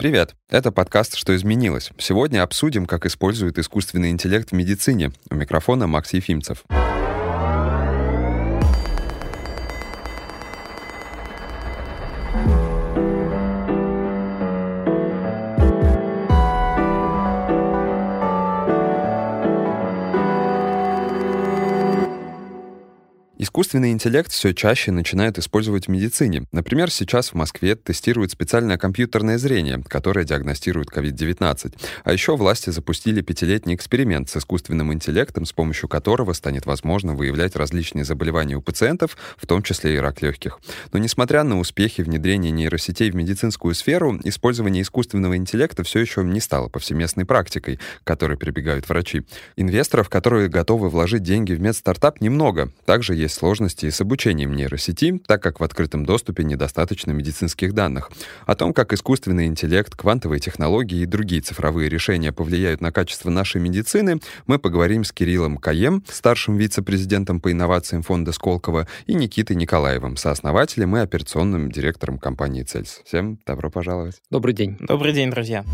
Привет! Это подкаст «Что изменилось?». Сегодня обсудим, как используют искусственный интеллект в медицине. У микрофона Макс Ефимцев. Искусственный интеллект все чаще начинают использовать в медицине. Например, сейчас в Москве тестируют специальное компьютерное зрение, которое диагностирует COVID-19. А еще власти запустили 5-летний эксперимент с искусственным интеллектом, с помощью которого станет возможно выявлять различные заболевания у пациентов, в том числе и рак легких. Но несмотря на успехи внедрения нейросетей в медицинскую сферу, использование искусственного интеллекта все еще не стало повсеместной практикой, к которой прибегают врачи. Инвесторов, которые готовы вложить деньги в медстартап, немного. Также есть сложности с обучением нейросети, так как в открытом доступе недостаточно медицинских данных. О том, как искусственный интеллект, квантовые технологии и другие цифровые решения повлияют на качество нашей медицины, мы поговорим с Кириллом Каем, старшим вице-президентом по инновациям фонда Сколково, и Никитой Николаевым, сооснователем и операционным директором компании «Цельс». Всем добро пожаловать. Добрый день. Добрый день, друзья.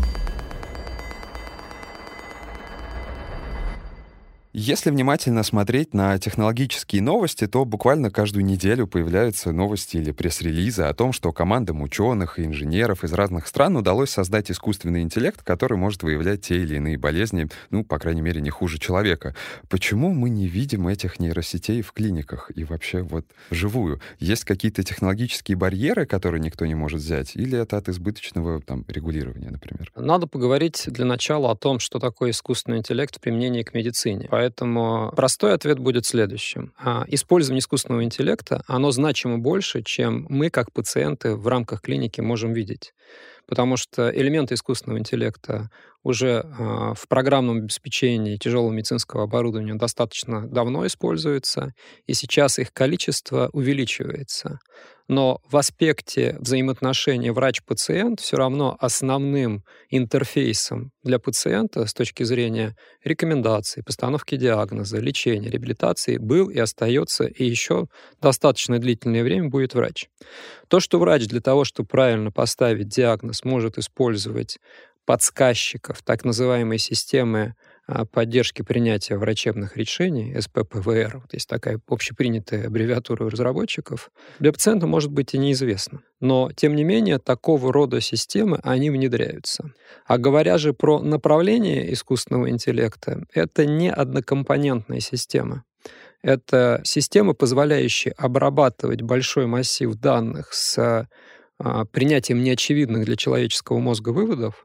Если внимательно смотреть на технологические новости, то буквально каждую неделю появляются новости или пресс-релизы о том, что командам ученых и инженеров из разных стран удалось создать искусственный интеллект, который может выявлять те или иные болезни, по крайней мере, не хуже человека. Почему мы не видим этих нейросетей в клиниках и вообще вживую? Есть какие-то технологические барьеры, которые никто не может взять? Или это от избыточного регулирования, например? Надо поговорить для начала о том, что такое искусственный интеллект в применении к медицине. Поэтому простой ответ будет следующим. Использование искусственного интеллекта, оно значимо больше, чем мы, как пациенты, в рамках клиники можем видеть. Потому что элементы искусственного интеллекта уже в программном обеспечении тяжелого медицинского оборудования достаточно давно используются, и сейчас их количество увеличивается. Но в аспекте взаимоотношения врач-пациент все равно основным интерфейсом для пациента с точки зрения рекомендаций, постановки диагноза, лечения, реабилитации был и остается, и еще достаточно длительное время будет врач. То, что врач для того, чтобы правильно поставить диагноз, может использовать подсказчиков, так называемой системы поддержки принятия врачебных решений, СППВР, есть такая общепринятая аббревиатура у разработчиков, для пациента может быть и неизвестно. Но, тем не менее, такого рода системы, они внедряются. А говоря же про направление искусственного интеллекта, это не однокомпонентная система. Это система, позволяющая обрабатывать большой массив данных с принятием неочевидных для человеческого мозга выводов,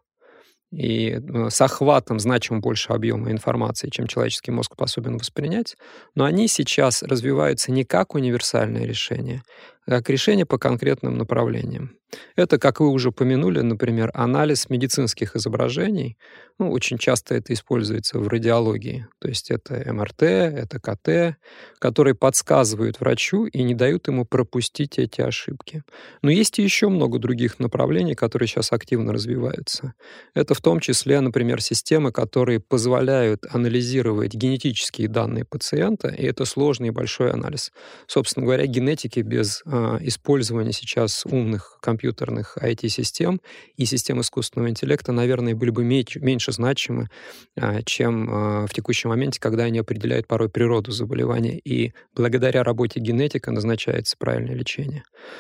и с охватом значимо больше объема информации, чем человеческий мозг способен воспринять, но они сейчас развиваются не как универсальное решение, а как решение по конкретным направлениям. Это, как вы уже упомянули, например, анализ медицинских изображений. Очень часто это используется в радиологии. То есть это МРТ, это КТ, которые подсказывают врачу и не дают ему пропустить эти ошибки. Но есть и еще много других направлений, которые сейчас активно развиваются. Это в том числе, например, системы, которые позволяют анализировать генетические данные пациента, и это сложный и большой анализ. Собственно говоря, генетики без использования сейчас умных компьютерных IT-систем и систем искусственного интеллекта, наверное, были бы меньше значимы, чем в текущем моменте, когда они определяют порой природу заболевания, и благодаря работе генетика назначается правильное лечение.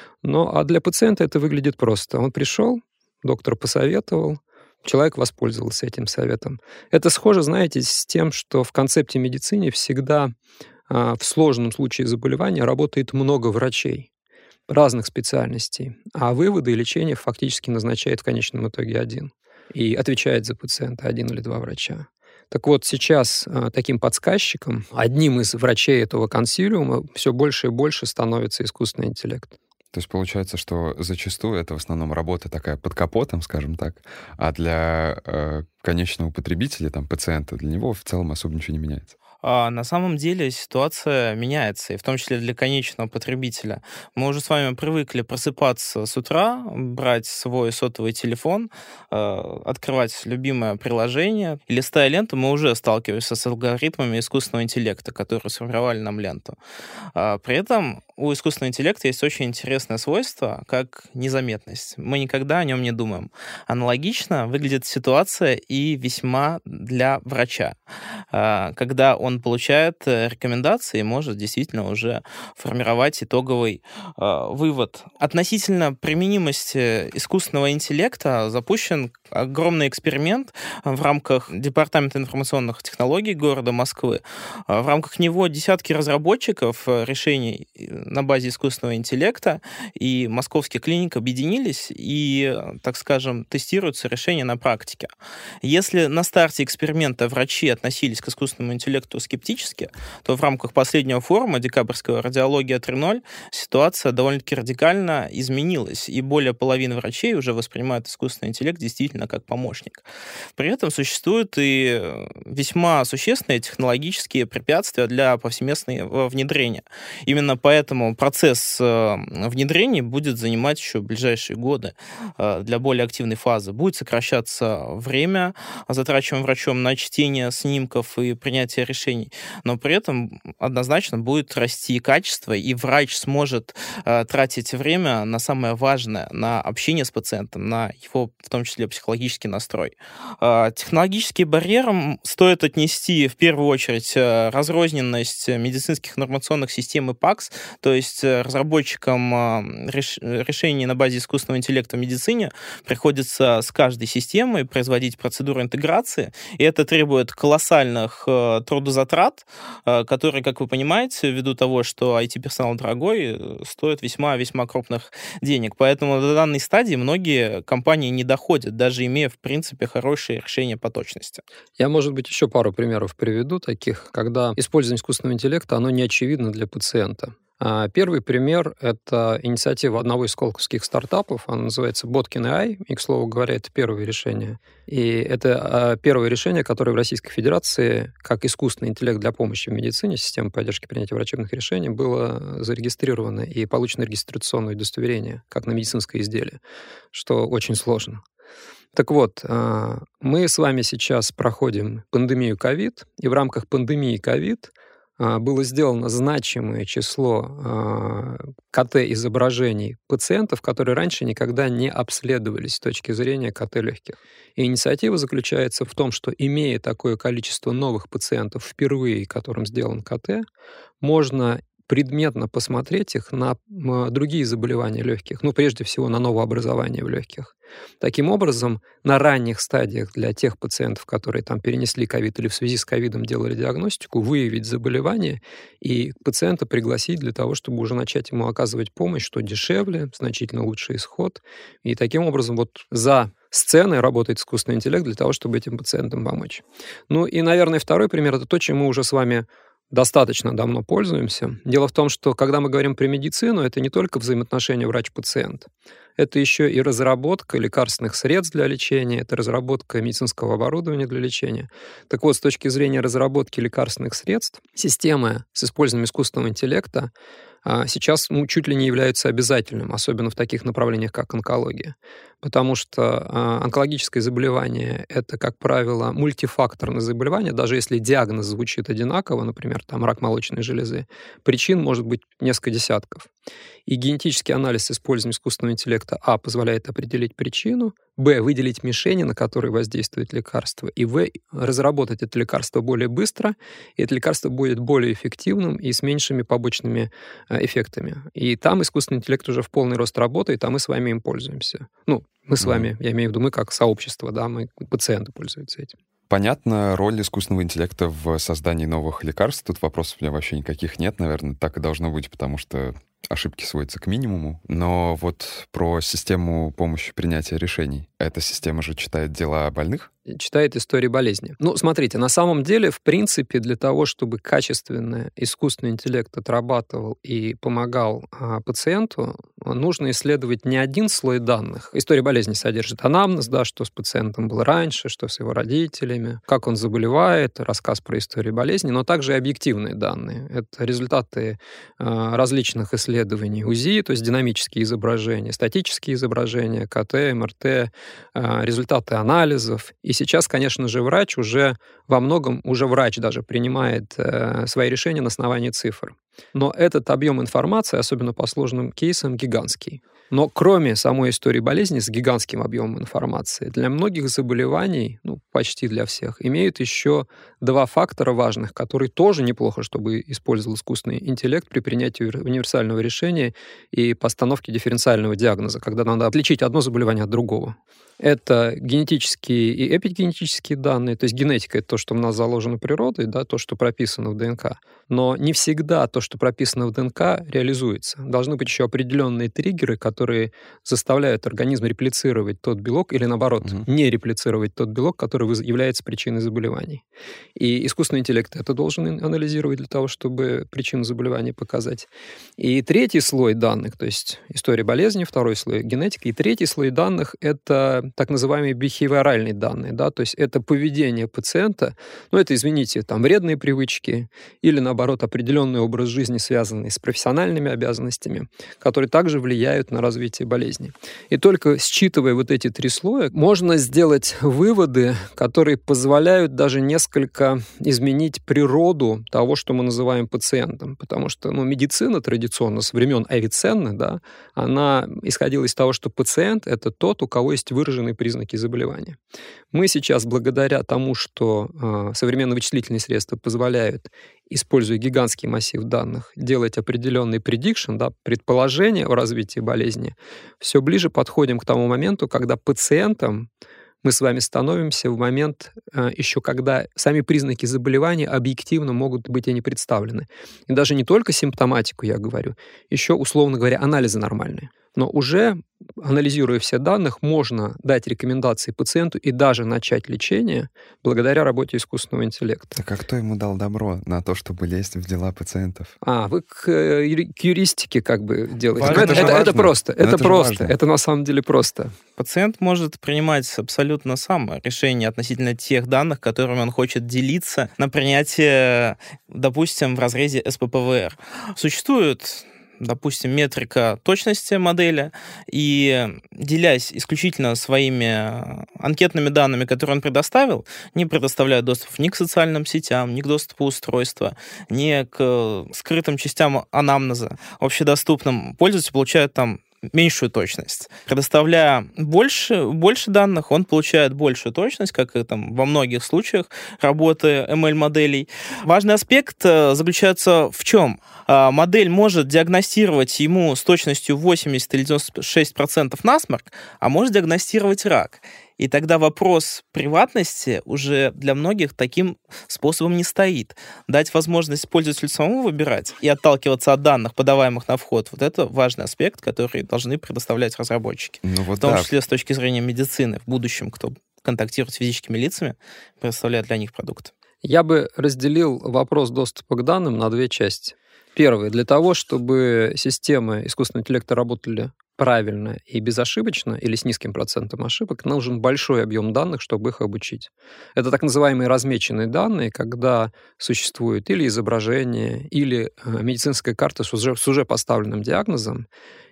А для пациента это выглядит просто. Он пришел, доктор посоветовал, человек воспользовался этим советом. Это схоже, знаете, с тем, что в концепте медицины всегда в сложном случае заболевания работает много врачей разных специальностей, а выводы и лечение фактически назначает в конечном итоге один. И отвечает за пациента один или два врача. Так вот, сейчас таким подсказчиком, одним из врачей этого консилиума, все больше и больше становится искусственный интеллект. То есть получается, что зачастую это в основном работа такая под капотом, скажем так, а для конечного потребителя, пациента, для него в целом особо ничего не меняется. На самом деле ситуация меняется, и в том числе для конечного потребителя. Мы уже с вами привыкли просыпаться с утра, брать свой сотовый телефон, открывать любимое приложение, и листая ленту, мы уже сталкиваемся с алгоритмами искусственного интеллекта, которые сформировали нам ленту. При этом у искусственного интеллекта есть очень интересное свойство, как незаметность. Мы никогда о нем не думаем. Аналогично выглядит ситуация и весьма для врача, когда он получает рекомендации и может действительно уже формировать итоговый вывод. Относительно применимости искусственного интеллекта запущен огромный эксперимент в рамках Департамента информационных технологий города Москвы. В рамках него десятки разработчиков решений на базе искусственного интеллекта и московских клиник объединились и, так скажем, тестируются решения на практике. Если на старте эксперимента врачи относились к искусственному интеллекту скептически, то в рамках последнего форума декабрьского «Радиология 3.0» ситуация довольно-таки радикально изменилась, и более половины врачей уже воспринимают искусственный интеллект действительно как помощник. При этом существуют и весьма существенные технологические препятствия для повсеместного внедрения. Именно поэтому процесс внедрения будет занимать еще ближайшие годы. Для более активной фазы будет сокращаться время, затрачиваемое врачом на чтение снимков и принятие решений, но при этом однозначно будет расти качество, и врач сможет тратить время на самое важное, на общение с пациентом, на его, в том числе, психологический настрой. Технологические барьеры стоит отнести в первую очередь разрозненность медицинских информационных систем и ПАКС, то есть разработчикам решений на базе искусственного интеллекта в медицине приходится с каждой системой производить процедуру интеграции, и это требует колоссальных трудозатрат, которые, как вы понимаете, ввиду того, что IT-персонал дорогой, стоит весьма-весьма крупных денег. Поэтому до данной стадии многие компании не доходят, даже имея, в принципе, хорошие решения по точности. Я, может быть, еще пару примеров приведу таких, когда использование искусственного интеллекта, оно не очевидно для пациента. Первый пример — это инициатива одного из сколковских стартапов, она называется Botkin AI, и, к слову говоря, это первое решение. И это первое решение, которое в Российской Федерации, как искусственный интеллект для помощи в медицине, система поддержки принятия врачебных решений, было зарегистрировано и получено регистрационное удостоверение, как на медицинское изделие, что очень сложно. Так вот, мы с вами сейчас проходим пандемию ковид, и в рамках пандемии ковид было сделано значимое число КТ-изображений пациентов, которые раньше никогда не обследовались с точки зрения КТ легких. И инициатива заключается в том, что, имея такое количество новых пациентов впервые, которым сделан КТ, можно предметно посмотреть их на другие заболевания легких, прежде всего на новообразование в легких. Таким образом, на ранних стадиях для тех пациентов, которые там перенесли ковид или в связи с ковидом делали диагностику, выявить заболевание и пациента пригласить для того, чтобы уже начать ему оказывать помощь, что дешевле, значительно лучший исход. И таким образом за сценой работает искусственный интеллект для того, чтобы этим пациентам помочь. И, наверное, второй пример — это то, чем мы уже с вами достаточно давно пользуемся. Дело в том, что когда мы говорим про медицину, это не только взаимоотношения врач-пациент. Это еще и разработка лекарственных средств для лечения, это разработка медицинского оборудования для лечения. Так вот, с точки зрения разработки лекарственных средств, системы с использованием искусственного интеллекта сейчас чуть ли не являются обязательным, особенно в таких направлениях, как онкология. Потому что онкологическое заболевание — это, как правило, мультифакторное заболевание, даже если диагноз звучит одинаково, например, рак молочной железы, причин может быть несколько десятков. И генетический анализ с использованием искусственного интеллекта позволяет определить причину, выделить мишени, на которые воздействует лекарство, и разработать это лекарство более быстро, и это лекарство будет более эффективным и с меньшими побочными эффектами. И там искусственный интеллект уже в полный рост работает, а мы с вами им пользуемся. Мы с вами, я имею в виду, мы как сообщество, пациенты пользуются этим. Понятно, роль искусственного интеллекта в создании новых лекарств. Тут вопросов у меня вообще никаких нет, наверное, так и должно быть, потому что ошибки сводятся к минимуму. Но вот про систему помощи принятия решений. Эта система же читает дела больных? Читает истории болезни. Смотрите, на самом деле, в принципе, для того, чтобы качественно искусственный интеллект отрабатывал и помогал пациенту, нужно исследовать не один слой данных. История болезни содержит анамнез, что с пациентом было раньше, что с его родителями, как он заболевает, рассказ про историю болезни, но также и объективные данные. Это результаты различных исследований исследований. УЗИ, то есть динамические изображения, статические изображения, КТ, МРТ, результаты анализов. И сейчас, конечно же, врач уже во многом, уже врач даже принимает свои решения на основании цифр. Но этот объем информации, особенно по сложным кейсам, гигантский. Но кроме самой истории болезни с гигантским объемом информации, для многих заболеваний, почти для всех, имеют еще два фактора важных, которые тоже неплохо, чтобы использовал искусственный интеллект при принятии универсального решения и постановке дифференциального диагноза, когда надо отличить одно заболевание от другого. Это генетические и эпигенетические данные, то есть генетика — это то, что у нас заложено природой, да, то, что прописано в ДНК. Но не всегда то, что прописано в ДНК, реализуется. Должны быть еще определенные триггеры, которые заставляют организм реплицировать тот белок или, наоборот, не реплицировать тот белок, который является причиной заболеваний. И искусственный интеллект это должен анализировать для того, чтобы причину заболевания показать. И третий слой данных, то есть история болезни, второй слой генетика, и третий слой данных — это так называемые бихевиоральные данные, да, то есть это поведение пациента, это, извините, там вредные привычки или, наоборот, определенный образ жизни, связанный с профессиональными обязанностями, которые также влияют на развитие болезни. И только считывая вот эти три слоя, можно сделать выводы, которые позволяют даже несколько изменить природу того, что мы называем пациентом. Потому что медицина традиционно со времен Авиценны, да, она исходила из того, что пациент — это тот, у кого есть выраженные признаки заболевания. Мы сейчас, благодаря тому, что современные вычислительные средства позволяют, используя гигантский массив данных, делать определенный prediction, да, предположение о развитии болезни, все ближе подходим к тому моменту, когда пациентам мы с вами становимся в момент еще, когда сами признаки заболевания объективно могут быть и не представлены. И даже не только симптоматику, я говорю, еще, условно говоря, анализы нормальные. Но уже, анализируя все данные, можно дать рекомендации пациенту и даже начать лечение благодаря работе искусственного интеллекта. Так а кто ему дал добро на то, чтобы лезть в дела пациентов? Вы к юристике делаете. Это просто. Это просто. Это на самом деле просто. Пациент может принимать абсолютно сам решение относительно тех данных, которыми он хочет делиться на принятие, допустим, в разрезе СППВР. Существует, допустим, метрика точности модели, и, делясь исключительно своими анкетными данными, которые он предоставил, не предоставляет доступ ни к социальным сетям, ни к доступу устройства, ни к скрытым частям анамнеза, общедоступным, пользователь получает там меньшую точность. Предоставляя больше данных, он получает большую точность, как и там во многих случаях работы ML-моделей. Важный аспект заключается в чем? Модель может диагностировать ему с точностью 80 или 96% насморк, а может диагностировать рак. И тогда вопрос приватности уже для многих таким способом не стоит. Дать возможность пользователю самому выбирать и отталкиваться от данных, подаваемых на вход, вот это важный аспект, который должны предоставлять разработчики. В том числе с точки зрения медицины в будущем, кто контактирует с физическими лицами, предоставляет для них продукт. Я бы разделил вопрос доступа к данным на две части. Первое. Для того, чтобы системы искусственного интеллекта работали правильно и безошибочно, или с низким процентом ошибок, нужен большой объем данных, чтобы их обучить. Это так называемые размеченные данные, когда существует или изображение, или медицинская карта с уже поставленным диагнозом,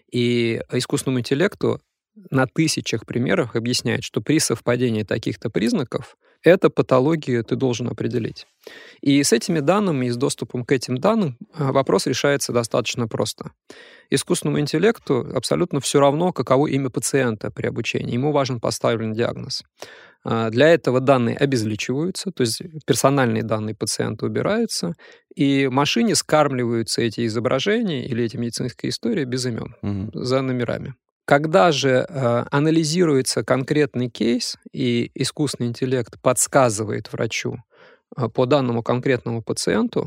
и искусственному интеллекту на тысячах примеров объясняет, что при совпадении таких-то признаков эту патологию ты должен определить. И с этими данными и с доступом к этим данным вопрос решается достаточно просто. Искусственному интеллекту абсолютно все равно, каково имя пациента при обучении. Ему важен поставленный диагноз. Для этого данные обезличиваются, то есть персональные данные пациента убираются, и машине скармливаются эти изображения или эти медицинские истории без имен, за номерами. Когда же анализируется конкретный кейс, и искусственный интеллект подсказывает врачу по данному конкретному пациенту,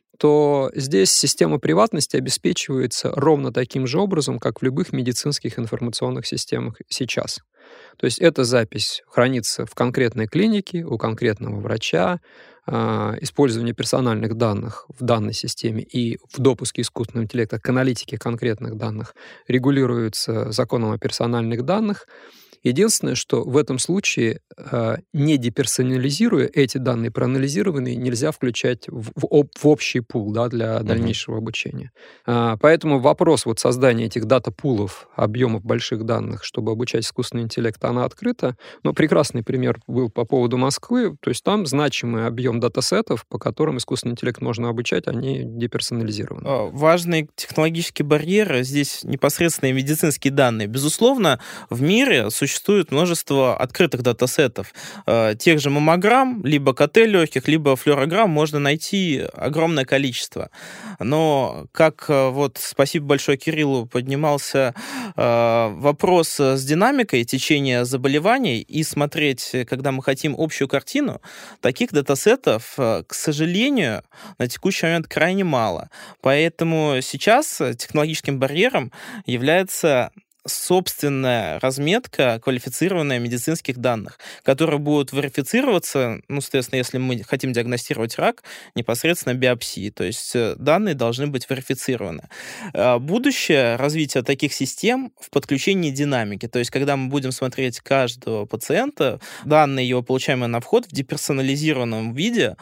то здесь система приватности обеспечивается ровно таким же образом, как в любых медицинских информационных системах сейчас. То есть эта запись хранится в конкретной клинике, у конкретного врача, использование персональных данных в данной системе и в допуске искусственного интеллекта к аналитике конкретных данных регулируется законом о персональных данных. Единственное, что в этом случае, не деперсонализируя эти данные проанализированные, нельзя включать в общий пул, да, для дальнейшего обучения. Поэтому вопрос вот создания этих дата-пулов, объемов больших данных, чтобы обучать искусственный интеллект, она открыта. Но прекрасный пример был по поводу Москвы. То есть там значимый объем датасетов, по которым искусственный интеллект можно обучать, они деперсонализированы. Важный технологический барьер здесь непосредственно медицинские данные. Безусловно, в мире существует множество открытых датасетов. Тех же маммограмм, либо КТ легких, либо флюорограмм можно найти огромное количество. Но как вот, спасибо большое Кириллу, поднимался вопрос с динамикой течения заболеваний и смотреть, когда мы хотим общую картину, таких датасетов, к сожалению, на текущий момент крайне мало. Поэтому сейчас технологическим барьером является собственная разметка квалифицированная медицинских данных, которые будут верифицироваться, соответственно, если мы хотим диагностировать рак, непосредственно биопсии. То есть данные должны быть верифицированы. Будущее развития таких систем в подключении динамики. То есть когда мы будем смотреть каждого пациента, данные его, получаемые на вход, в деперсонализированном виде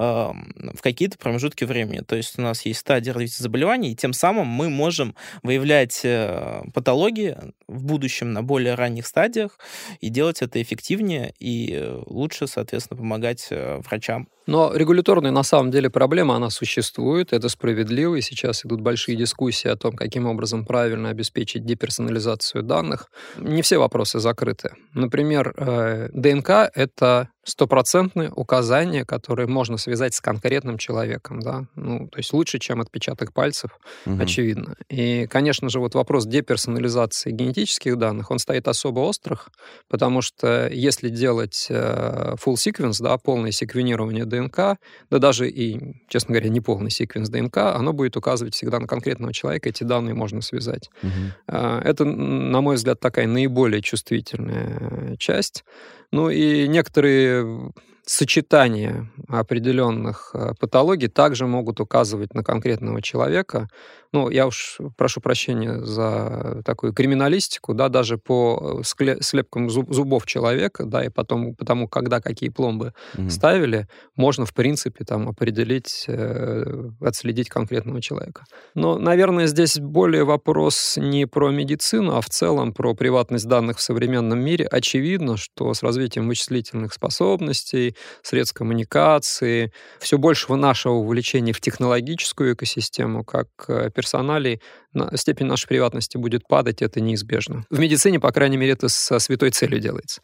в какие-то промежутки времени. То есть у нас есть стадии развития заболеваний, и тем самым мы можем выявлять патологии в будущем на более ранних стадиях и делать это эффективнее и лучше, соответственно, помогать врачам. Но регуляторная, на самом деле, проблема, она существует, это справедливо, и сейчас идут большие дискуссии о том, каким образом правильно обеспечить деперсонализацию данных. Не все вопросы закрыты. Например, ДНК — это стопроцентное указание, которое можно связать с конкретным человеком, да, то есть лучше, чем отпечаток пальцев, очевидно. И, конечно же, вот вопрос деперсонализации генетических данных, он стоит особо острых, потому что если делать full sequence, да, полное секвенирование ДНК, да даже и, честно говоря, не полный секвенс ДНК, оно будет указывать всегда на конкретного человека, эти данные можно связать. Это, на мой взгляд, такая наиболее чувствительная часть. И некоторые сочетания определенных патологий также могут указывать на конкретного человека. Я уж прошу прощения за такую криминалистику, да, даже по слепкам зубов человека, да, и потому когда какие пломбы ставили, можно, в принципе, там определить, отследить конкретного человека. Но, наверное, здесь более вопрос не про медицину, а в целом про приватность данных в современном мире. Очевидно, что с развитием вычислительных способностей, средств коммуникации, все большего нашего увлечения в технологическую экосистему, как персоналей, степень нашей приватности будет падать, это неизбежно. В медицине, по крайней мере, это со святой целью делается.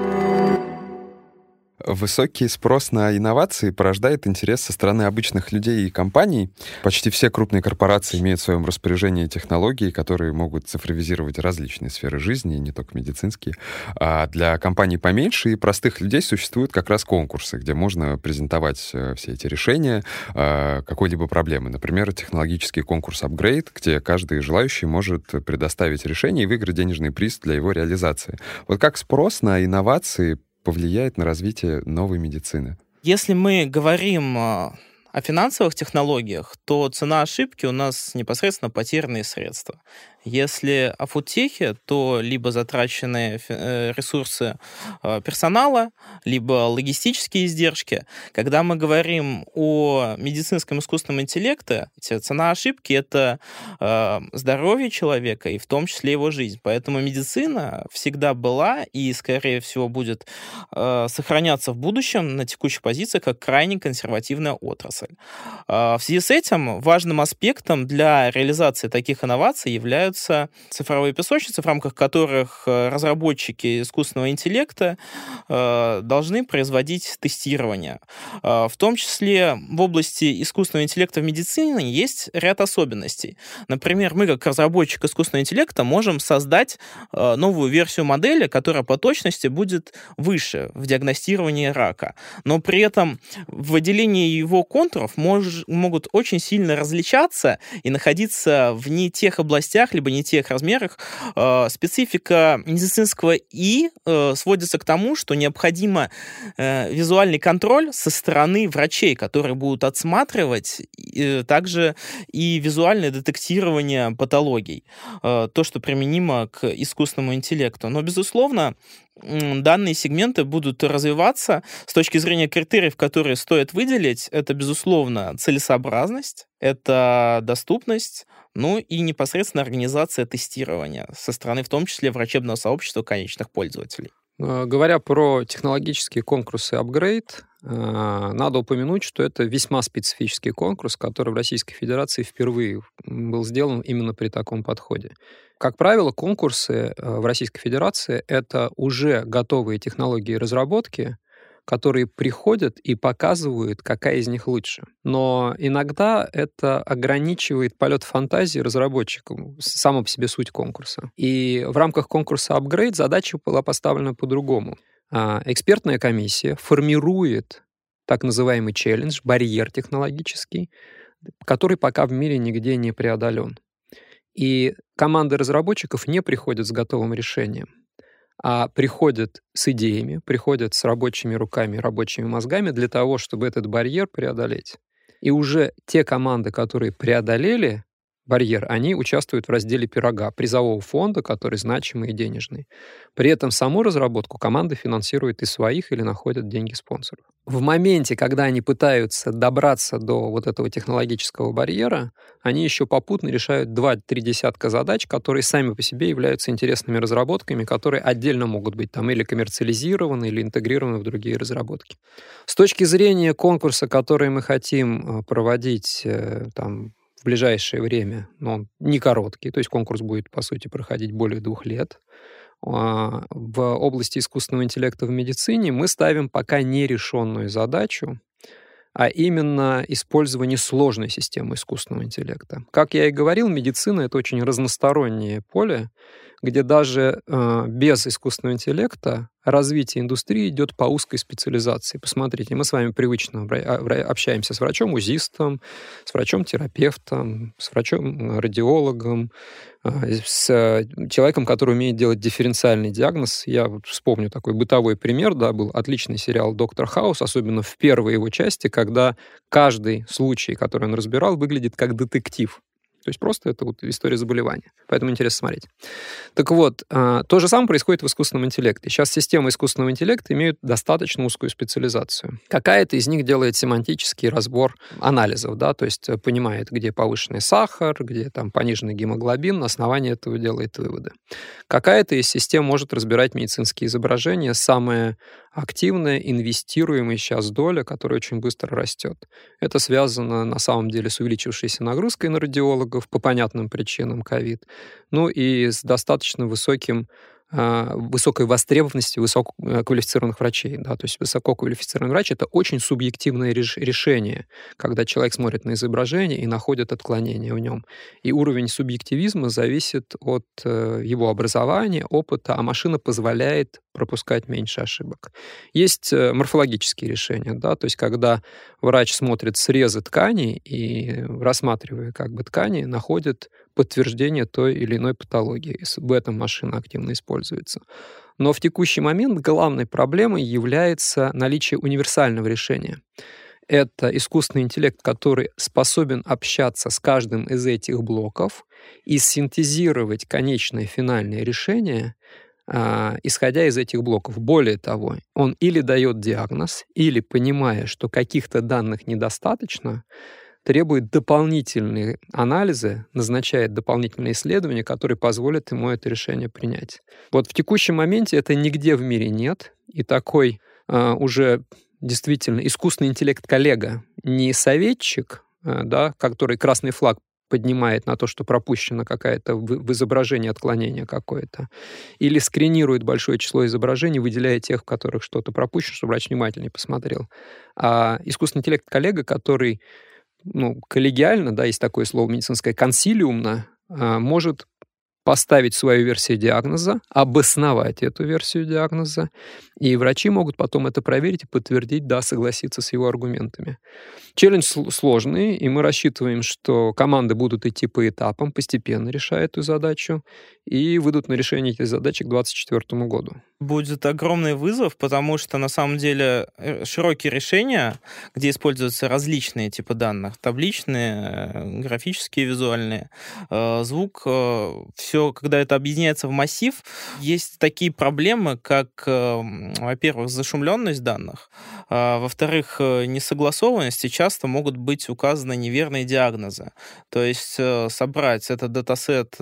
Высокий спрос на инновации порождает интерес со стороны обычных людей и компаний. Почти все крупные корпорации имеют в своем распоряжении технологии, которые могут цифровизировать различные сферы жизни, не только медицинские. А для компаний поменьше и простых людей существуют как раз конкурсы, где можно презентовать все эти решения какой-либо проблемы. Например, технологический конкурс Upgrade, где каждый желающий может предоставить решение и выиграть денежный приз для его реализации. Вот как спрос на инновации повлияет на развитие новой медицины? Если мы говорим о финансовых технологиях, то цена ошибки у нас непосредственно потерянные средства. Если о фудтехе, то либо затраченные ресурсы персонала, либо логистические издержки. Когда мы говорим о медицинском искусственном интеллекте, цена ошибки — это здоровье человека и в том числе его жизнь. Поэтому медицина всегда была и, скорее всего, будет сохраняться в будущем на текущей позиции как крайне консервативная отрасль. В связи с этим важным аспектом для реализации таких инноваций являются цифровые песочницы, в рамках которых разработчики искусственного интеллекта должны производить тестирование. В том числе в области искусственного интеллекта в медицине есть ряд особенностей. Например, мы, как разработчик искусственного интеллекта, можем создать новую версию модели, которая по точности будет выше в диагностировании рака. Но при этом выделение его контуров могут очень сильно различаться и находиться в не тех областях, либо либо не тех размерах. Специфика медицинского ИИ сводится к тому, что необходимо визуальный контроль со стороны врачей, которые будут отсматривать также и визуальное детектирование патологий. То, что применимо к искусственному интеллекту. Но, безусловно, данные сегменты будут развиваться с точки зрения критериев, которые стоит выделить. Это, безусловно, целесообразность, это доступность, ну и непосредственно организация тестирования со стороны, в том числе, врачебного сообщества конечных пользователей. Говоря про технологические конкурсы Upgrade, надо упомянуть, что это весьма специфический конкурс, который в Российской Федерации впервые был сделан именно при таком подходе. Как правило, конкурсы в Российской Федерации — это уже готовые технологии разработки, которые приходят и показывают, какая из них лучше. Но иногда это ограничивает полет фантазии разработчиков, сама по себе суть конкурса. И в рамках конкурса Upgrade задача была поставлена по-другому. Экспертная комиссия формирует так называемый челлендж, барьер технологический, который пока в мире нигде не преодолен. И команды разработчиков не приходят с готовым решением, а приходят с идеями, приходят с рабочими руками, рабочими мозгами для того, чтобы этот барьер преодолеть. И уже те команды, которые преодолели барьер, они участвуют в разделе пирога, призового фонда, который значимый и денежный. При этом саму разработку команды финансируют из своих или находят деньги спонсоров. В моменте, когда они пытаются добраться до вот этого технологического барьера, они еще попутно решают 2-3 десятка задач, которые сами по себе являются интересными разработками, которые отдельно могут быть там или коммерциализированы, или интегрированы в другие разработки. С точки зрения конкурса, который мы хотим проводить там в ближайшее время, но он не короткий, то есть конкурс будет, по сути, проходить более 2 лет. В области искусственного интеллекта в медицине мы ставим пока нерешенную задачу, а именно использование сложной системы искусственного интеллекта. Как я и говорил, медицина — это очень разностороннее поле, где даже без искусственного интеллекта развитие индустрии идет по узкой специализации. Посмотрите, мы с вами привычно общаемся с врачом-узистом, с врачом-терапевтом, с врачом-радиологом, с человеком, который умеет делать дифференциальный диагноз. Я вот вспомню такой бытовой пример, да, был отличный сериал «Доктор Хаус», особенно в первой его части, когда каждый случай, который он разбирал, выглядит как детектив. То есть просто это вот история заболевания. Поэтому интересно смотреть. Так вот, то же самое происходит в искусственном интеллекте. Сейчас системы искусственного интеллекта имеют достаточно узкую специализацию. Какая-то из них делает семантический разбор анализов, да, то есть понимает, где повышенный сахар, где там пониженный гемоглобин, на основании этого делает выводы. Какая-то из систем может разбирать медицинские изображения, самая активная, инвестируемая сейчас доля, которая очень быстро растет. Это связано на самом деле с увеличившейся нагрузкой на радиологов по понятным причинам ковид, ну и с достаточно высокой востребованностью высококвалифицированных врачей. Да? То есть высококвалифицированный врач — это очень субъективное решение, когда человек смотрит на изображение и находит отклонение в нем. И уровень субъективизма зависит от его образования, опыта, а машина позволяет пропускать меньше ошибок. Есть морфологические решения, да? То есть когда врач смотрит срезы тканей и, рассматривая как бы ткани, находит подтверждение той или иной патологии. В этом машина активно используется. Но в текущий момент главной проблемой является наличие универсального решения. Это искусственный интеллект, который способен общаться с каждым из этих блоков и синтезировать конечное финальное решение, исходя из этих блоков. Более того, он или дает диагноз, или, понимая, что каких-то данных недостаточно, требует дополнительные анализы, назначает дополнительные исследования, которые позволят ему это решение принять. Вот в текущем моменте это нигде в мире нет, и такой уже действительно искусственный интеллект-коллега, не советчик, да, который красный флаг поднимает на то, что пропущено какая-то в изображении отклонение какое-то, или скринирует большое число изображений, выделяя тех, в которых что-то пропущено, чтобы врач внимательнее посмотрел. А искусственный интеллект-коллега, который коллегиально, да, есть такое слово медицинское, консилиумно, может поставить свою версию диагноза, обосновать эту версию диагноза, и врачи могут потом это проверить и подтвердить, да, согласиться с его аргументами. Челлендж сложный, и мы рассчитываем, что команды будут идти по этапам, постепенно решая эту задачу, и выйдут на решение этой задачи к 2024 году. Будет огромный вызов, потому что, на самом деле, широкие решения, где используются различные типы данных, табличные, графические, визуальные, звук, все, когда это объединяется в массив, есть такие проблемы, как, во-первых, зашумленность данных, во-вторых, несогласованность, и часто могут быть указаны неверные диагнозы. То есть собрать этот датасет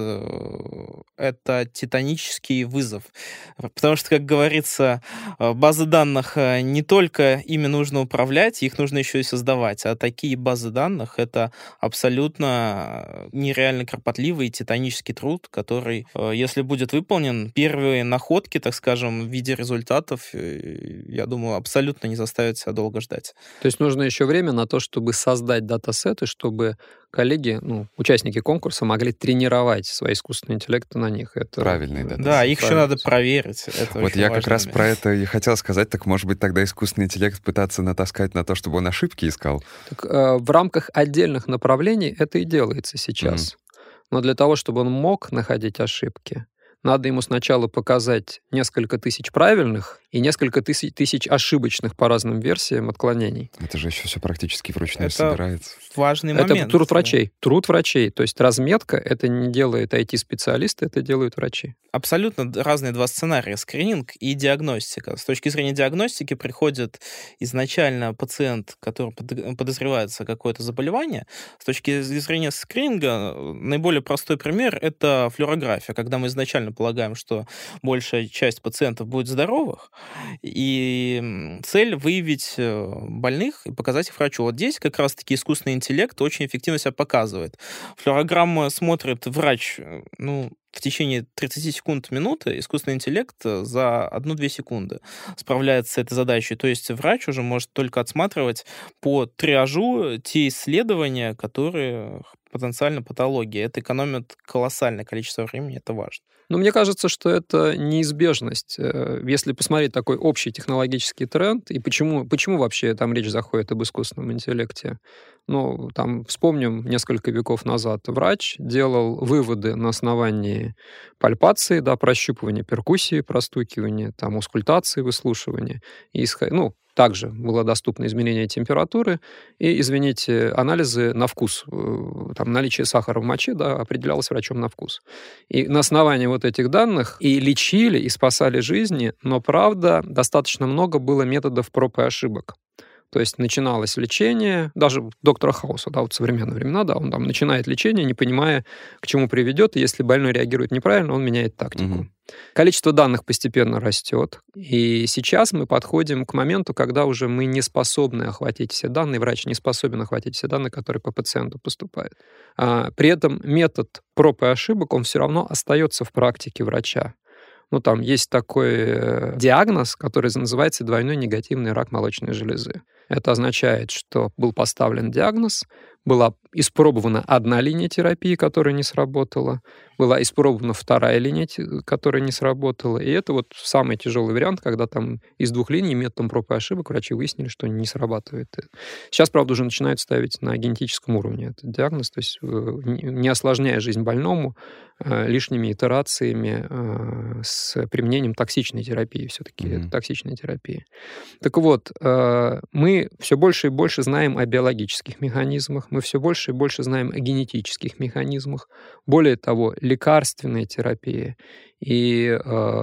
— это титанический вызов. Потому что, как говорится, базы данных не только ими нужно управлять, их нужно еще и создавать. А такие базы данных — это абсолютно нереально кропотливый и титанический труд, который, если будет выполнен, первые находки, так скажем, в виде результатов, я думаю, абсолютно не заставят себя долго ждать. То есть нужно еще время на то, чтобы создать датасеты, чтобы коллеги, участники конкурса могли тренировать свои искусственные интеллекты на них. Это правильный датасет. Да, их еще надо проверить. Это вот я как раз про это и хотел сказать, так может быть тогда искусственный интеллект пытаться натаскать на то, чтобы он ошибки искал? Так, в рамках отдельных направлений это и делается сейчас. Но для того, чтобы он мог находить ошибки, надо ему сначала показать несколько тысяч правильных и несколько тысяч ошибочных по разным версиям отклонений. Это же еще все практически вручную собирается. Важный момент. Это труд врачей. Труд врачей. То есть разметка это не делает IT-специалисты, это делают врачи. Абсолютно разные два сценария. Скрининг и диагностика. С точки зрения диагностики приходит изначально пациент, который подозревается какое-то заболевание. С точки зрения скрининга наиболее простой пример — это флюорография, когда мы изначально полагаем, что большая часть пациентов будет здоровых, и цель — выявить больных и показать их врачу. Вот здесь как раз-таки искусственный интеллект очень эффективно себя показывает. Флюорограмму смотрит врач, в течение 30 секунд, минуты, искусственный интеллект за 1-2 секунды справляется с этой задачей. То есть врач уже может только отсматривать по триажу те исследования, которые потенциально патологии. Это экономит колоссальное количество времени, это важно. Но мне кажется, что это неизбежность. Если посмотреть такой общий технологический тренд, и почему вообще там речь заходит об искусственном интеллекте. Там вспомним, несколько веков назад врач делал выводы на основании пальпации, прощупывания перкуссии, простукивания, аускультации, выслушивания. Также было доступно измерение температуры и, анализы на вкус. Наличие сахара в моче, определялось врачом на вкус. И на основании вот этих данных и лечили, и спасали жизни, но, правда, достаточно много было методов проб и ошибок. То есть начиналось лечение, даже доктора Хауса, в современные времена, он там начинает лечение, не понимая, к чему приведет, и если больной реагирует неправильно, он меняет тактику. Количество данных постепенно растет, и сейчас мы подходим к моменту, когда уже мы не способны охватить все данные, врач не способен охватить все данные, которые по пациенту поступают. При этом метод проб и ошибок, он все равно остается в практике врача. Там есть такой диагноз, который называется двойной негативный рак молочной железы. Это означает, что был поставлен диагноз, была испробована одна линия терапии, которая не сработала, была испробована вторая линия, которая не сработала, и это самый тяжелый вариант, когда из 2 линий методом проб и ошибок врачи выяснили, что не срабатывает. Сейчас, правда, уже начинают ставить на генетическом уровне этот диагноз, то есть не осложняя жизнь больному лишними итерациями с применением токсичной терапии, все-таки это токсичная терапия. Так вот, мы все больше и больше знаем о биологических механизмах, мы все больше и больше знаем о генетических механизмах. Более того, лекарственная терапия и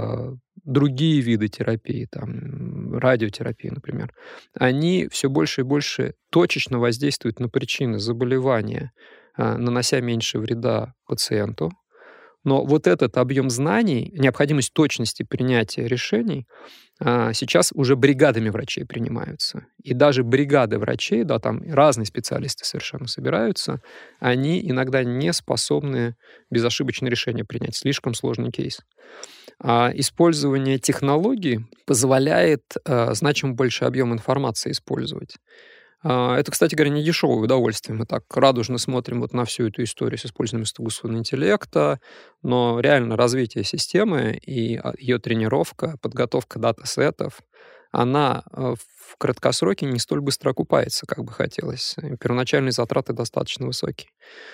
другие виды терапии, радиотерапии, например, они все больше и больше точечно воздействуют на причины заболевания, нанося меньше вреда пациенту. Но вот этот объем знаний, необходимость точности принятия решений сейчас уже бригадами врачей принимаются. И даже бригады врачей, там разные специалисты совершенно собираются, они иногда не способны безошибочное решение принять. Слишком сложный кейс. Использование технологий позволяет значимо больше объем информации использовать. Это, кстати говоря, не дешевое удовольствие. Мы так радужно смотрим вот на всю эту историю с использованием искусственного интеллекта, но реально развитие системы и ее тренировка, подготовка датасетов, она в краткосроке не столь быстро окупается, как бы хотелось. Первоначальные затраты достаточно высокие.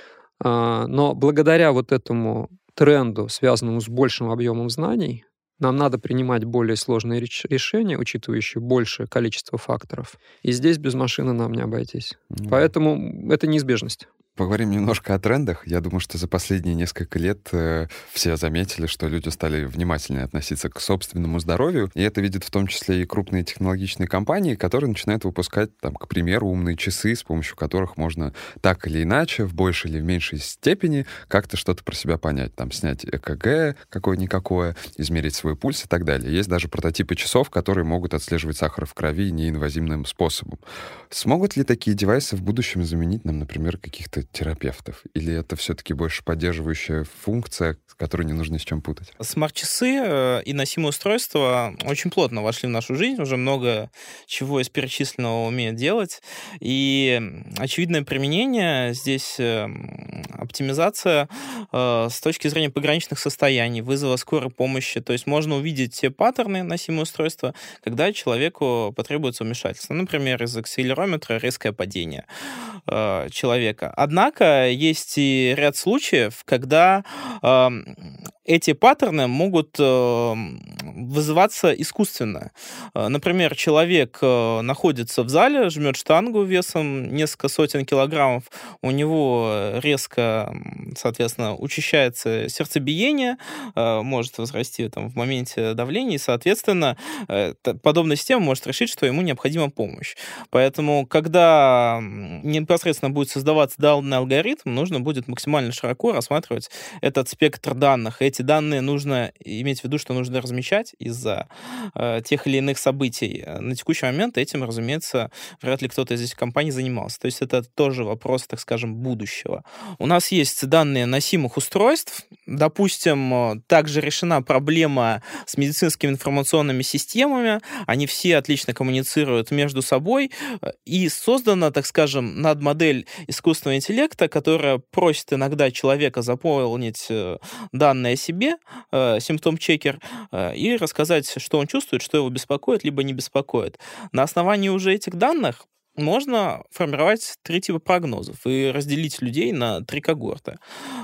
Но благодаря вот этому тренду, связанному с большим объемом знаний, нам надо принимать более сложные решения, учитывающие большее количество факторов. И здесь без машины нам не обойтись. Поэтому это неизбежность. Поговорим немножко о трендах. Я думаю, что за последние несколько лет все заметили, что люди стали внимательнее относиться к собственному здоровью, и это видят в том числе и крупные технологичные компании, которые начинают выпускать, там, к примеру, умные часы, с помощью которых можно так или иначе, в большей или в меньшей степени, как-то что-то про себя понять. Там, снять ЭКГ какое-никакое, измерить свой пульс и так далее. Есть даже прототипы часов, которые могут отслеживать сахар в крови неинвазивным способом. Смогут ли такие девайсы в будущем заменить нам, например, каких-то терапевтов? Или это все-таки больше поддерживающая функция, которую не нужно с чем путать? Смарт-часы и носимые устройства очень плотно вошли в нашу жизнь, уже много чего из перечисленного умеют делать. И очевидное применение здесь оптимизация с точки зрения пограничных состояний, вызова скорой помощи. То есть можно увидеть те паттерны носимого устройства, когда человеку потребуется вмешательство. Например, из акселерометра резкое падение человека. Однако есть и ряд случаев, когда эти паттерны могут вызываться искусственно. Например, человек находится в зале, жмет штангу весом несколько сотен килограммов, у него резко, соответственно, учащается сердцебиение, может возрасти там, в моменте давления, и, соответственно, подобная система может решить, что ему необходима помощь. Поэтому, когда непосредственно будет создаваться данный алгоритм, нужно будет максимально широко рассматривать этот спектр данных. Эти данные нужно иметь в виду, что нужно размещать из-за тех или иных событий. На текущий момент этим, разумеется, вряд ли кто-то из этих компаний занимался. То есть это тоже вопрос, так скажем, будущего. У нас есть данные носимых устройств. Допустим, также решена проблема с медицинскими информационными системами. Они все отлично коммуницируют между собой. И создана, так скажем, надмодель искусственного интеллекта, которая просит иногда человека заполнить данные о себе, симптом-чекер, и рассказать, что он чувствует, что его беспокоит, либо не беспокоит. На основании уже этих данных можно формировать 3 типа прогнозов и разделить людей на 3 когорты.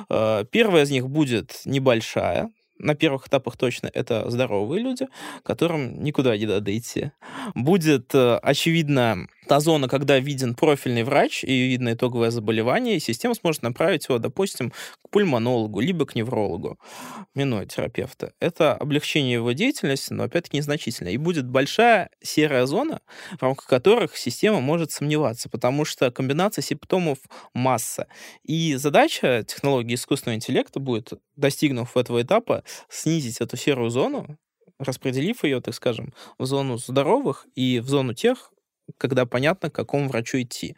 Первая из них будет небольшая. На первых этапах точно это здоровые люди, которым никуда не надо идти. Будет, очевидно, та зона, когда виден профильный врач и видно итоговое заболевание, и система сможет направить его, допустим, к пульмонологу, либо к неврологу, минуя терапевта. Это облегчение его деятельности, но опять-таки незначительно. И будет большая серая зона, в рамках которых система может сомневаться, потому что комбинация симптомов масса. И задача технологии искусственного интеллекта будет, достигнув этого этапа, снизить эту серую зону, распределив ее, так скажем, в зону здоровых и в зону тех, когда понятно, к какому врачу идти.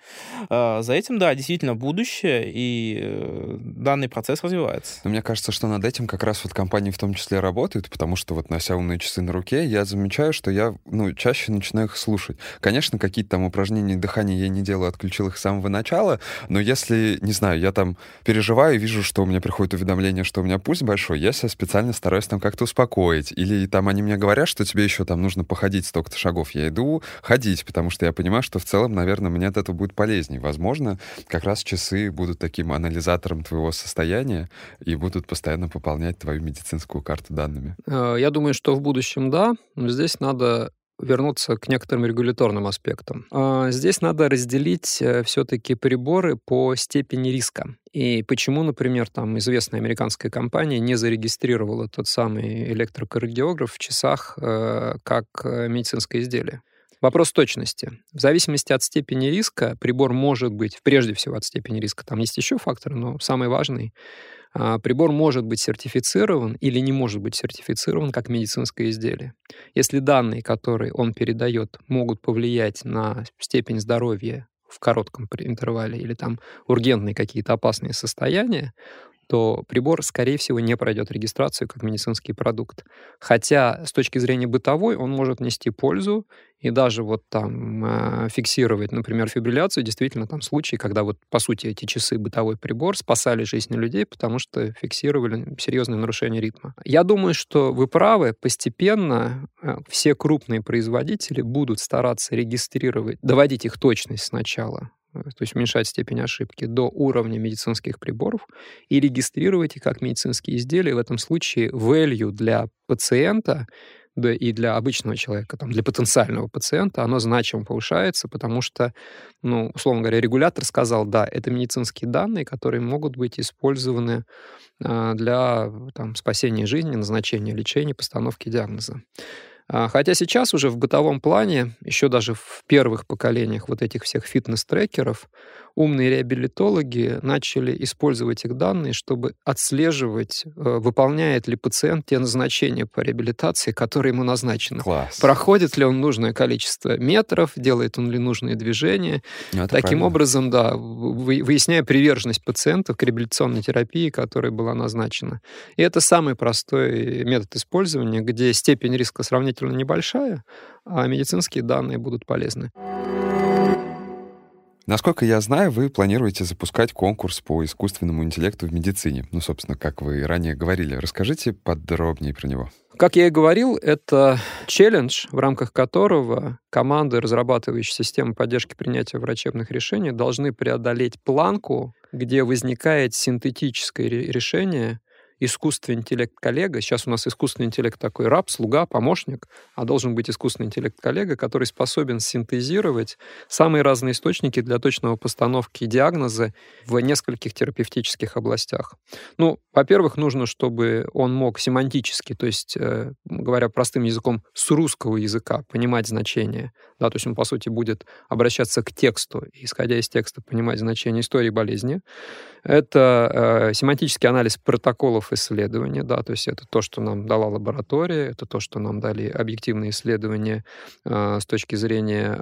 За этим, да, действительно будущее, и данный процесс развивается. Но мне кажется, что над этим как раз вот компании в том числе работают, потому что вот нося умные часы на руке, я замечаю, что я, чаще начинаю их слушать. Конечно, какие-то там упражнения дыхания я не делаю, отключил их с самого начала, но если, не знаю, я там переживаю и вижу, что у меня приходит уведомление, что у меня пульс большой, я себя специально стараюсь там как-то успокоить. Или там они мне говорят, что тебе еще там нужно походить столько-то шагов. Я иду ходить, потому что я понимаю, что в целом, наверное, мне от этого будет полезнее. Возможно, как раз часы будут таким анализатором твоего состояния и будут постоянно пополнять твою медицинскую карту данными. Я думаю, что в будущем да, но здесь надо вернуться к некоторым регуляторным аспектам. Здесь надо разделить все-таки приборы по степени риска. И почему, например, там известная американская компания не зарегистрировала тот самый электрокардиограф в часах как медицинское изделие. Вопрос точности. В зависимости от степени риска прибор может быть, прежде всего от степени риска, там есть еще факторы, но самый важный, прибор может быть сертифицирован или не может быть сертифицирован как медицинское изделие. Если данные, которые он передает, могут повлиять на степень здоровья в коротком интервале или там ургентные какие-то опасные состояния, то прибор, скорее всего, не пройдет регистрацию как медицинский продукт. Хотя с точки зрения бытовой он может нести пользу и даже вот там фиксировать, например, фибрилляцию. Действительно, там случаи, когда вот, по сути, эти часы бытовой прибор спасали жизни людей, потому что фиксировали серьезные нарушения ритма. Я думаю, что вы правы, постепенно все крупные производители будут стараться регистрировать, доводить их точность сначала, то есть уменьшать степень ошибки до уровня медицинских приборов и регистрировать их как медицинские изделия. В этом случае value для пациента, да и для обычного человека, там, для потенциального пациента, оно значимо повышается, потому что, условно говоря, регулятор сказал, да, это медицинские данные, которые могут быть использованы для спасения жизни, назначения лечения, постановки диагноза. Хотя сейчас уже в бытовом плане, еще даже в первых поколениях вот этих всех фитнес-трекеров, умные реабилитологи начали использовать их данные, чтобы отслеживать, выполняет ли пациент те назначения по реабилитации, которые ему назначены. Класс. Проходит ли он нужное количество метров, делает он ли нужные движения. Таким образом, да, выясняя приверженность пациентов к реабилитационной терапии, которая была назначена. И это самый простой метод использования, где степень риска сравнительно небольшая, а медицинские данные будут полезны. Насколько я знаю, вы планируете запускать конкурс по искусственному интеллекту в медицине. Собственно, как вы ранее говорили. Расскажите подробнее про него. Как я и говорил, это челлендж, в рамках которого команды, разрабатывающие систему поддержки принятия врачебных решений, должны преодолеть планку, где возникает синтетическое решение, искусственный интеллект-коллега. Сейчас у нас искусственный интеллект такой раб, слуга, помощник, а должен быть искусственный интеллект-коллега, который способен синтезировать самые разные источники для точного постановки диагноза в нескольких терапевтических областях. Во-первых, нужно, чтобы он мог семантически, то есть, говоря простым языком, с русского языка понимать значение. Да, то есть он, по сути, будет обращаться к тексту, и, исходя из текста, понимать значение истории болезни. Это семантический анализ протоколов исследования, да, то есть это то, что нам дала лаборатория, это то, что нам дали объективные исследования с точки зрения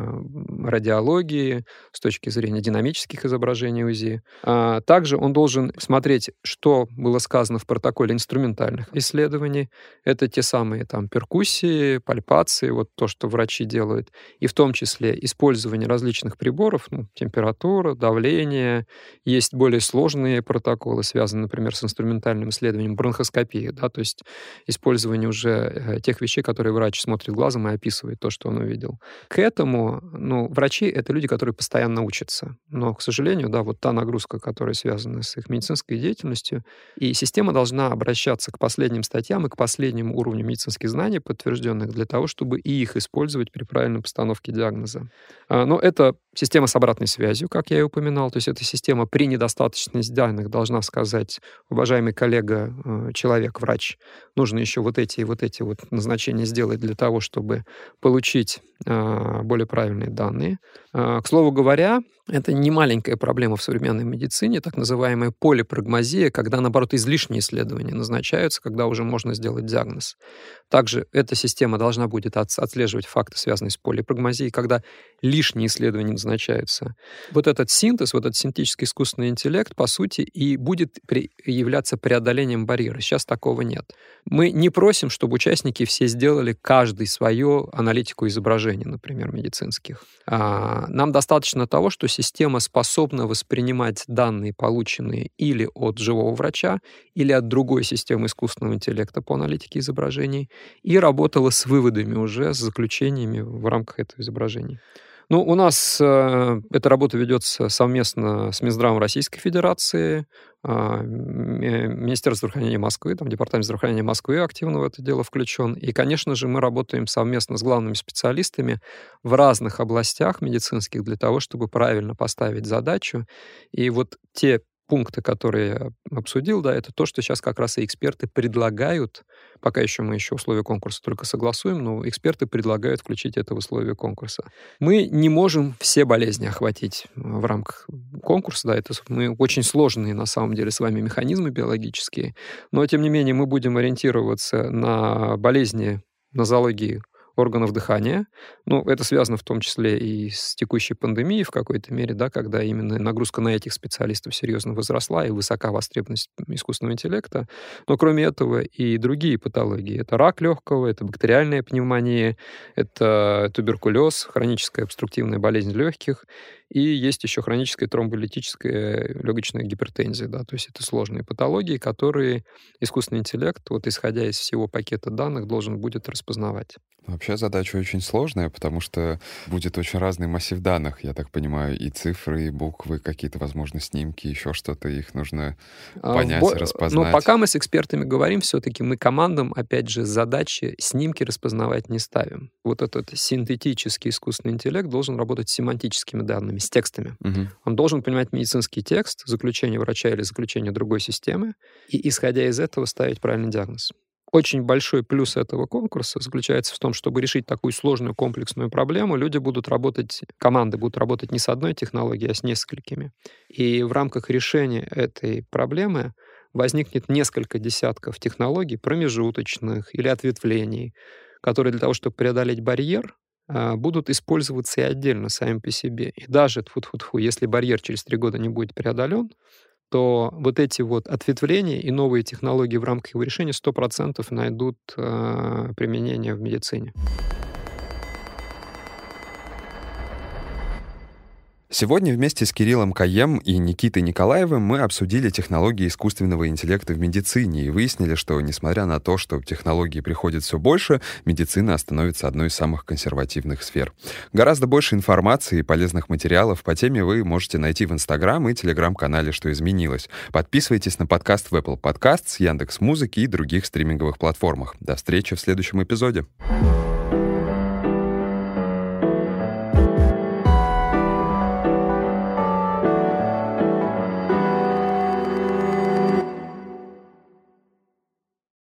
радиологии, с точки зрения динамических изображений УЗИ. Также он должен смотреть, что было сказано в протоколе инструментальных исследований. Это те самые перкуссии, пальпации, вот то, что врачи делают, и в том числе использование различных приборов, температура, давление. Есть более сложные протоколы, связанные, например, с инструментальным исследованием бронхоскопии, да, то есть использование уже тех вещей, которые врач смотрит глазом и описывает то, что он увидел. К этому, врачи — это люди, которые постоянно учатся. Но, к сожалению, да, вот та нагрузка, которая связана с их медицинской деятельностью, и система должна обращаться к последним статьям и к последнему уровню медицинских знаний, подтвержденных, для того, чтобы и их использовать при правильной постановке диагноза. Но это система с обратной связью, как я и упоминал, то есть эта система при недостаточности данных должна сказать: уважаемый коллега, человек, врач, нужно еще вот эти назначения сделать для того, чтобы получить более правильные данные. К слову говоря, это не маленькая проблема в современной медицине, так называемая полипрагмазия, когда, наоборот, излишние исследования назначаются, когда уже можно сделать диагноз. Также эта система должна будет отслеживать факты, связанные с полипрагмазией, когда лишние исследования назначаются. Вот этот синтез, вот этот синтетический искусственный интеллект, по сути, и будет являться преодолением барьера. Сейчас такого нет. Мы не просим, чтобы участники все сделали каждый свою аналитику изображений, например, медицинских. Нам достаточно того, что система способна воспринимать данные, полученные или от живого врача, или от другой системы искусственного интеллекта по аналитике изображений, и работала с выводами уже, с заключениями в рамках этого изображения. У нас эта работа ведется совместно с Минздравом Российской Федерации, Министерство здравоохранения Москвы, Департамент здравоохранения Москвы активно в это дело включен. И, конечно же, мы работаем совместно с главными специалистами в разных областях медицинских для того, чтобы правильно поставить задачу. И вот те пункты, которые я обсудил, да, это то, что сейчас как раз и эксперты предлагают, пока мы еще условия конкурса только согласуем, но эксперты предлагают включить это в условия конкурса. Мы не можем все болезни охватить в рамках конкурса, да, это очень сложные на самом деле с вами механизмы биологические, но тем не менее мы будем ориентироваться на болезни нозологии органов дыхания. Ну, это связано в том числе и с текущей пандемией в какой-то мере, да, когда именно нагрузка на этих специалистов серьезно возросла и высока востребованность искусственного интеллекта. Но кроме этого и другие патологии. Это рак легкого, это бактериальная пневмония, это туберкулез, хроническая обструктивная болезнь легких, и есть еще хроническая тромболитическая легочная гипертензия. Да, то есть это сложные патологии, которые искусственный интеллект, вот исходя из всего пакета данных, должен будет распознавать. Вообще задача очень сложная, потому что будет очень разный массив данных, я так понимаю, и цифры, и буквы, какие-то, возможно, снимки, еще что-то, их нужно понять, распознать. Но пока мы с экспертами говорим, все-таки мы командам, опять же, задачи снимки распознавать не ставим. Вот этот синтетический искусственный интеллект должен работать с семантическими данными, с текстами. Угу. Он должен понимать медицинский текст, заключение врача или заключение другой системы, и, исходя из этого, ставить правильный диагноз. Очень большой плюс этого конкурса заключается в том, чтобы решить такую сложную комплексную проблему, команды будут работать не с одной технологией, а с несколькими. И в рамках решения этой проблемы возникнет несколько десятков технологий промежуточных или ответвлений, которые для того, чтобы преодолеть барьер, будут использоваться и отдельно сами по себе. И даже, тьфу-тьфу-тьфу, если барьер через 3 года не будет преодолен, то вот эти вот ответвления и новые технологии в рамках его решения 100% найдут применение в медицине. Сегодня вместе с Кириллом Каем и Никитой Николаевым мы обсудили технологии искусственного интеллекта в медицине и выяснили, что, несмотря на то, что технологий приходит все больше, медицина становится одной из самых консервативных сфер. Гораздо больше информации и полезных материалов по теме вы можете найти в Инстаграм и Телеграм-канале «Что изменилось». Подписывайтесь на подкаст в Apple Podcasts, Яндекс.Музыки и других стриминговых платформах. До встречи в следующем эпизоде.